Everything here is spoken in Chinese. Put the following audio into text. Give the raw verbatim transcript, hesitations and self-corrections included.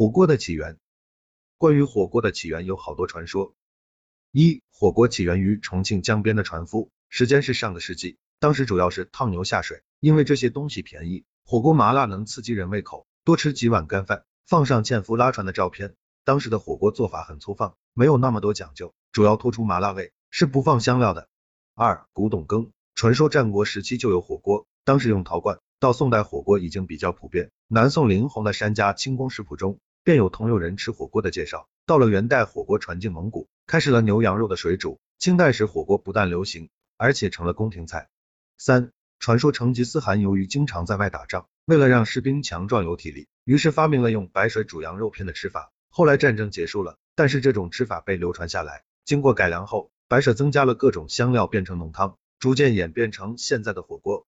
关于火锅的起源有好多传说。一、火锅起源于重庆江边的船夫，时间是上个世纪，当时主要是烫牛下水，因为这些东西便宜，火锅麻辣能刺激人胃口，多吃几碗干饭，放上纤夫拉船的照片。当时的火锅做法很粗放，没有那么多讲究，主要突出麻辣味，是不放香料的。二、古董羹，传说战国时期就有火锅，当时用陶罐，到宋代火锅已经比较普遍，南宋林洪的《山家清宫食谱》中便有同有人吃火锅的介绍。到了元代，火锅传进蒙古，开始了牛羊肉的水煮。清代时，火锅不但流行，而且成了宫廷菜。三、传说成吉思汗由于经常在外打仗，为了让士兵强壮有体力，于是发明了用白水煮羊肉片的吃法。后来战争结束了，但是这种吃法被流传下来，经过改良后，白水增加了各种香料变成浓汤，逐渐演变成现在的火锅。